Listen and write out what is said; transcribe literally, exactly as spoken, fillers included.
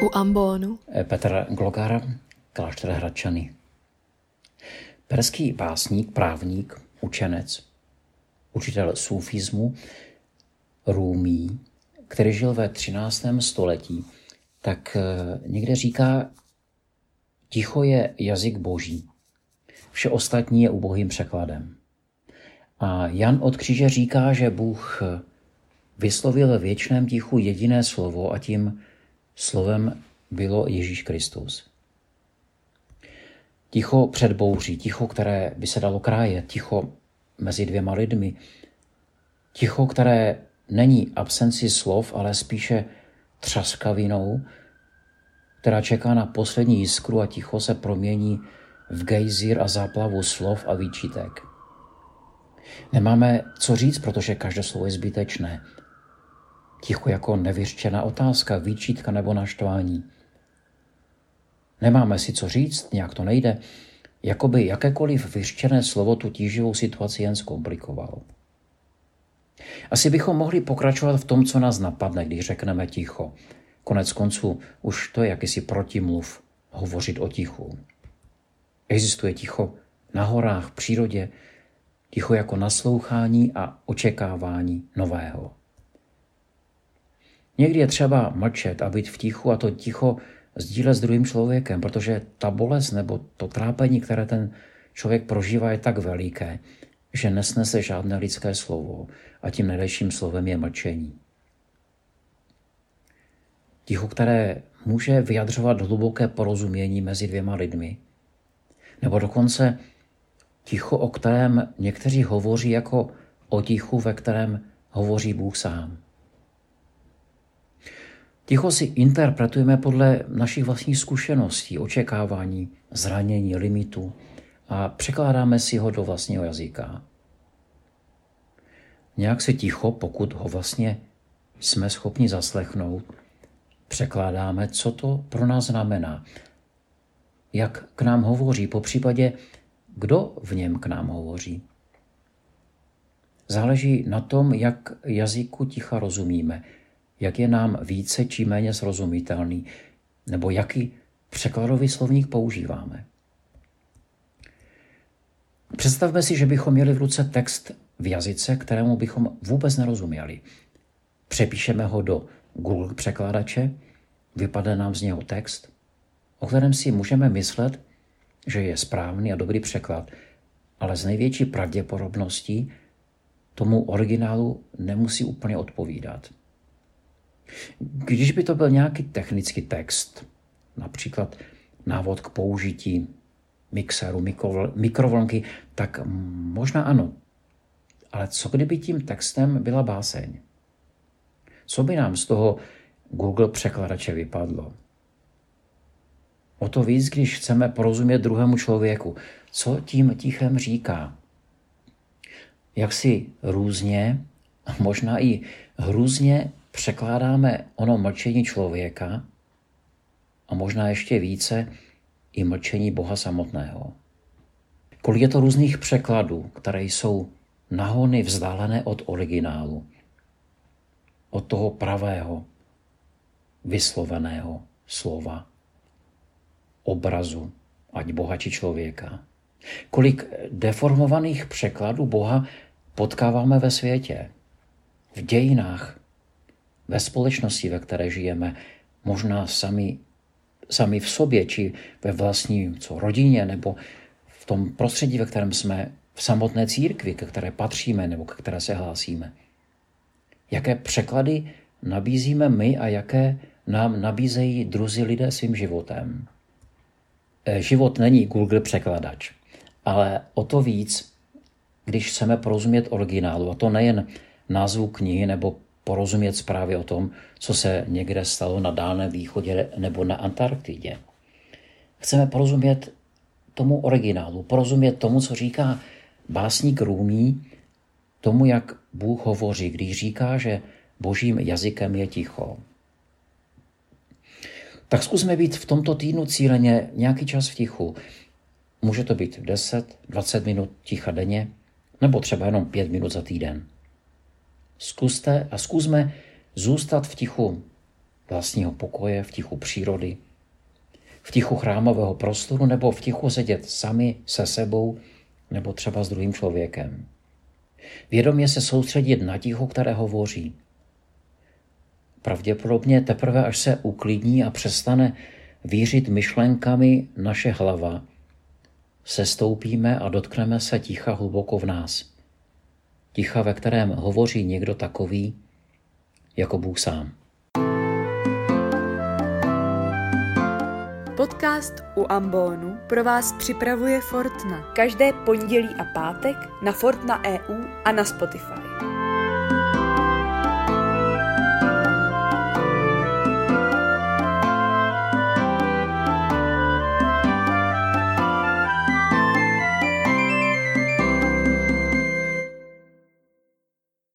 u ambonu. Petr Glogar, klášter Hradčany. Perský básník, právník, učenec, učitel sufismu Rúmí, který žil ve třináctém století, tak někde říká, ticho je jazyk boží, vše ostatní je ubohým překladem. A Jan od Kříže říká, že Bůh vyslovil ve věčném tichu jediné slovo a tím slovem bylo Ježíš Kristus. Ticho před bouří, ticho, které by se dalo krájet, ticho mezi dvěma lidmi, ticho, které není absenci slov, ale spíše třaskavinou, která čeká na poslední jiskru a ticho se promění v gejzír a záplavu slov a výčitek. Nemáme co říct, protože každé slovo je zbytečné. Ticho jako nevyřčená otázka, výčitka nebo naštvání. Nemáme si co říct, nějak to nejde, jakoby jakékoliv vyřčené slovo tu tíživou situaci jen zkomplikoval. Asi bychom mohli pokračovat v tom, co nás napadne, když řekneme ticho. Konec konců už to je jakýsi protimluv hovořit o tichu. Existuje ticho na horách, v přírodě, ticho jako naslouchání a očekávání nového. Někdy je třeba mlčet a být v tichu a to ticho sdílet s druhým člověkem, protože ta bolest nebo to trápení, které ten člověk prožívá, je tak veliké, že nesnese žádné lidské slovo a tím nejlepším slovem je mlčení. Ticho, které může vyjadřovat hluboké porozumění mezi dvěma lidmi, nebo dokonce ticho, o kterém někteří hovoří jako o tichu, ve kterém hovoří Bůh sám. Ticho si interpretujeme podle našich vlastních zkušeností, očekávání, zranění, limitů a překládáme si ho do vlastního jazyka. Nějak se ticho, pokud ho vlastně jsme schopni zaslechnout, překládáme, co to pro nás znamená, jak k nám hovoří, popřípadě kdo v něm k nám hovoří. Záleží na tom, jak jazyku ticha rozumíme, jak je nám více či méně srozumitelný, nebo jaký překladový slovník používáme. Představme si, že bychom měli v ruce text v jazyce, kterému bychom vůbec nerozuměli. Přepíšeme ho do Google překladače, vypadne nám z něho text, o kterém si můžeme myslet, že je správný a dobrý překlad, ale z největší pravděpodobností tomu originálu nemusí úplně odpovídat. Když by to byl nějaký technický text, například návod k použití mixéru, mikrovlnky, tak možná ano. Ale co kdyby tím textem byla báseň? Co by nám z toho Google překladače vypadlo? O to víc, když chceme porozumět druhému člověku. Co tím tichem říká? Jak si různě, možná i hrůzně překládáme ono mlčení člověka a možná ještě více i mlčení Boha samotného. Kolik je to různých překladů, které jsou nahony vzdálené od originálu, od toho pravého, vysloveného slova, obrazu, ať Boha či člověka. Kolik deformovaných překladů Boha potkáváme ve světě, v dějinách, ve společnosti, ve které žijeme, možná sami, sami v sobě, či ve vlastní co, rodině, nebo v tom prostředí, ve kterém jsme, v samotné církvi, ke které patříme, nebo ke které se hlásíme. Jaké překlady nabízíme my a jaké nám nabízejí druzí lidé svým životem. Život není Google překladač, ale o to víc, když chceme porozumět originálu, a to nejen názvu knihy nebo porozumět zprávy o tom, co se někde stalo na Dálném východě nebo na Antarktidě. Chceme porozumět tomu originálu, porozumět tomu, co říká básník Rúmí, tomu, jak Bůh hovoří, když říká, že božím jazykem je ticho. Tak zkusme být v tomto týdnu cíleně nějaký čas v tichu. Může to být deset, dvacet minut ticha denně, nebo třeba jenom pět minut za týden. Zkuste a zkusme zůstat v tichu vlastního pokoje, v tichu přírody, v tichu chrámového prostoru nebo v tichu sedět sami se sebou nebo třeba s druhým člověkem. Vědomě se soustředit na ticho, které hovoří. Pravděpodobně teprve, až se uklidní a přestane vířit myšlenkami naše hlava, sestoupíme a dotkneme se ticha hluboko v nás. Ticha, ve kterém hovoří někdo takový, jako Bůh sám. Podcast u Ambonu pro vás připravuje Fortna. Každé pondělí a pátek na Fortna tečka e u a na Spotify.